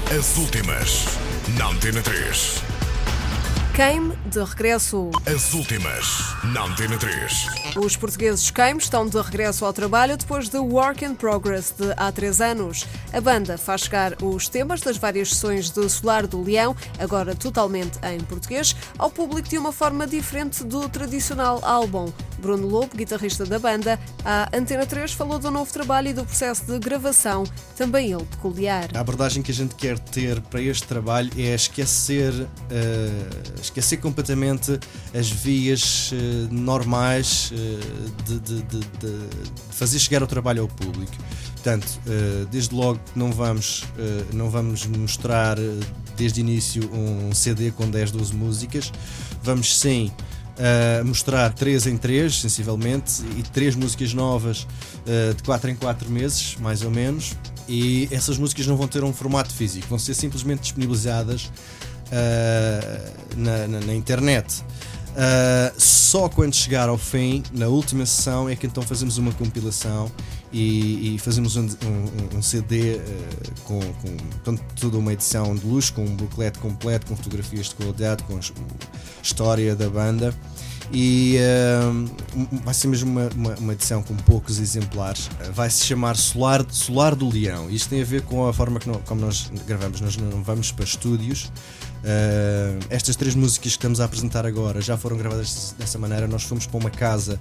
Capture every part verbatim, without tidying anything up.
As últimas na Antena três. Keim de regresso. As últimas na Antena três. Os portugueses Keim estão de regresso ao trabalho depois de Work in Progress de há três anos. A banda faz chegar os temas das várias sessões de Solar do Leão, agora totalmente em português, ao público de uma forma diferente do tradicional álbum. Bruno Lobo, guitarrista da banda, à Antena três falou do novo trabalho e do processo de gravação, também ele peculiar. A abordagem que a gente quer ter para este trabalho é esquecer, uh, esquecer completamente as vias uh, normais uh, de, de, de, de fazer chegar o trabalho ao público. Portanto, uh, desde logo não vamos, uh, não vamos mostrar uh, desde o início um C D com dez, doze músicas. Vamos sim Uh, mostrar três em três, sensivelmente, e três músicas novas uh, de quatro em quatro meses, mais ou menos, e essas músicas não vão ter um formato físico, vão ser simplesmente disponibilizadas uh, na, na, na internet. Uh, só quando chegar ao fim, na última sessão, é que então fazemos uma compilação e, e fazemos um, um, um C D uh, com, com portanto, toda uma edição de luxo, com um booklet completo, com fotografias de qualidade, com a história da banda, e uh, vai ser mesmo uma, uma, uma edição com poucos exemplares. Uh, vai se chamar Solar, Solar do Leão. Isto tem a ver com a forma que nós, como nós gravamos. Nós não vamos para estúdios. Uh, estas três músicas que estamos a apresentar agora já foram gravadas dessa maneira. Nós fomos para uma casa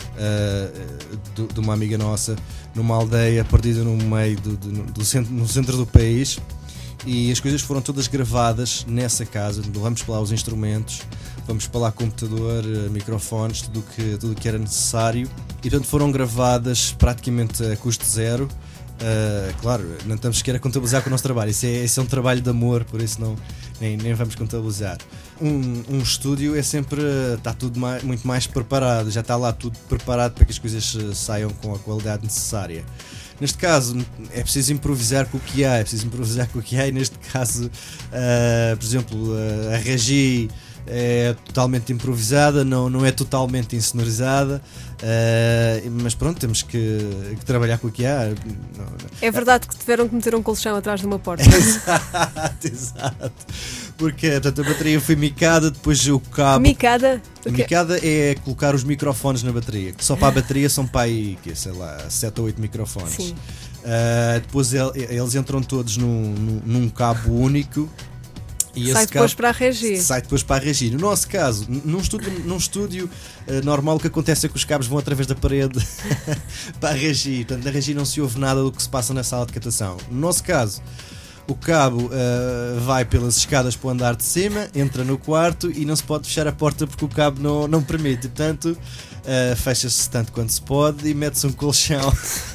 uh, de, de uma amiga nossa, numa aldeia perdida no meio do, do, do centro, no centro do país, e as coisas foram todas gravadas nessa casa. Levamos para lá os instrumentos, vamos para lá computador, microfones, tudo que, tudo que era necessário, e portanto foram gravadas praticamente a custo zero. Uh, claro, não estamos sequer a contabilizar com o nosso trabalho, isso é, isso é um trabalho de amor, por isso não, nem, nem vamos contabilizar. Um, um estúdio é sempre, está tudo mais, muito mais preparado, já está lá tudo preparado para que as coisas saiam com a qualidade necessária. Neste caso é preciso improvisar com o que há, é preciso improvisar com o que há, e neste caso, uh, por exemplo, uh, a Regi é totalmente improvisada, não, não é totalmente insonorizada, uh, mas pronto, temos que, que trabalhar com o que há. Não, não. É verdade que tiveram que meter um colchão atrás de uma porta. Exato, exato. Porque portanto, a bateria foi micada, depois o cabo. Micada? A micada é colocar os microfones na bateria, que só para a bateria são para aí, que, sei lá, sete ou oito microfones. Sim. Uh, depois el, eles entram todos num, num, num cabo único. E sai esse depois cabo, para a Regi. Sai depois para a Regi. No nosso caso, num estúdio, num estúdio uh, normal, o que acontece é que os cabos vão através da parede para a Regi. Portanto, na Regi não se ouve nada do que se passa na sala de captação. No nosso caso, o cabo uh, vai pelas escadas para o andar de cima, entra no quarto e não se pode fechar a porta porque o cabo não, não permite. Portanto, uh, fecha-se tanto quanto se pode e mete-se um colchão.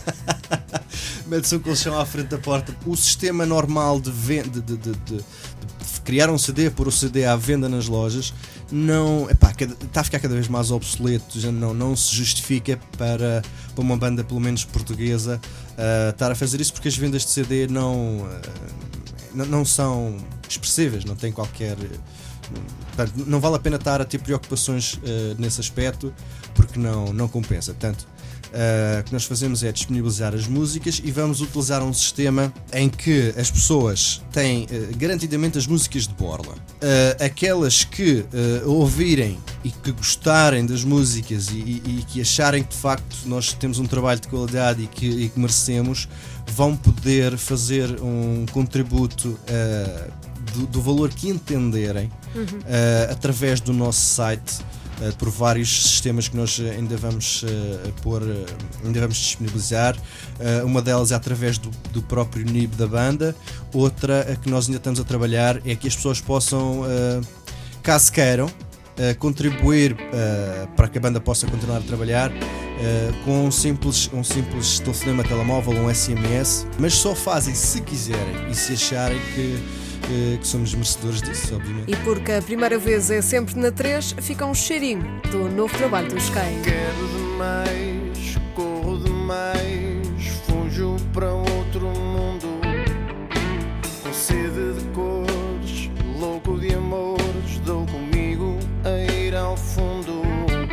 Mete-se um colchão à frente da porta. O sistema normal de, venda, de, de, de, de criar um C D, pôr o C D à venda nas lojas, não, epá, está a ficar cada vez mais obsoleto, já não, não se justifica para, para uma banda, pelo menos portuguesa, uh, estar a fazer isso, porque as vendas de C D não, uh, não, não são expressivas, não tem qualquer... Portanto, não vale a pena estar a ter preocupações uh, nesse aspecto, porque não, não compensa. Portanto, Uh, o que nós fazemos é disponibilizar as músicas e vamos utilizar um sistema em que as pessoas têm uh, garantidamente as músicas de borla. Uh, aquelas que uh, ouvirem e que gostarem das músicas e, e, e que acharem que de facto nós temos um trabalho de qualidade e que, e que merecemos, vão poder fazer um contributo uh, do, do valor que entenderem, uhum. uh, através do nosso site. Uh, por vários sistemas que nós ainda vamos uh, pôr, uh, ainda vamos disponibilizar. Uh, uma delas é através do, do próprio N I B da banda. Outra uh, que nós ainda estamos a trabalhar é que as pessoas possam, uh, caso queiram, uh, contribuir uh, para que a banda possa continuar a trabalhar uh, com um simples, um simples telefonema telemóvel, um S M S, mas só fazem se quiserem e se acharem que que somos merecedores disso, obviamente. E porque a primeira vez é sempre na três, fica um cheirinho do novo trabalho dos Keim. Quero demais, corro demais, fujo para outro mundo, com sede de cores, louco de amores, dou comigo a ir ao fundo.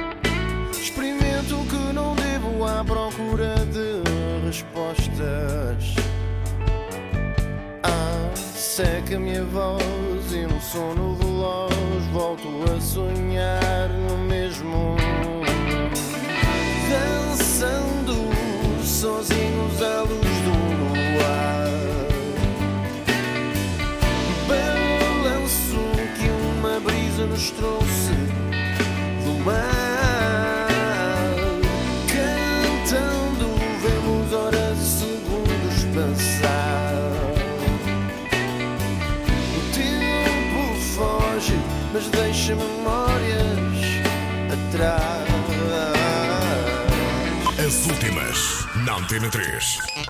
Experimento que não devo à procura de respostas. Ah, seca-me a voz e num sono veloz volto a sonhar no mesmo, dançando sozinhos à luz do luar. Balanço que uma brisa nos trouxe do mar, cantando vemos horas, segundos passar. O tempo foge, mas deixa memórias atrás. As últimas na Antena três.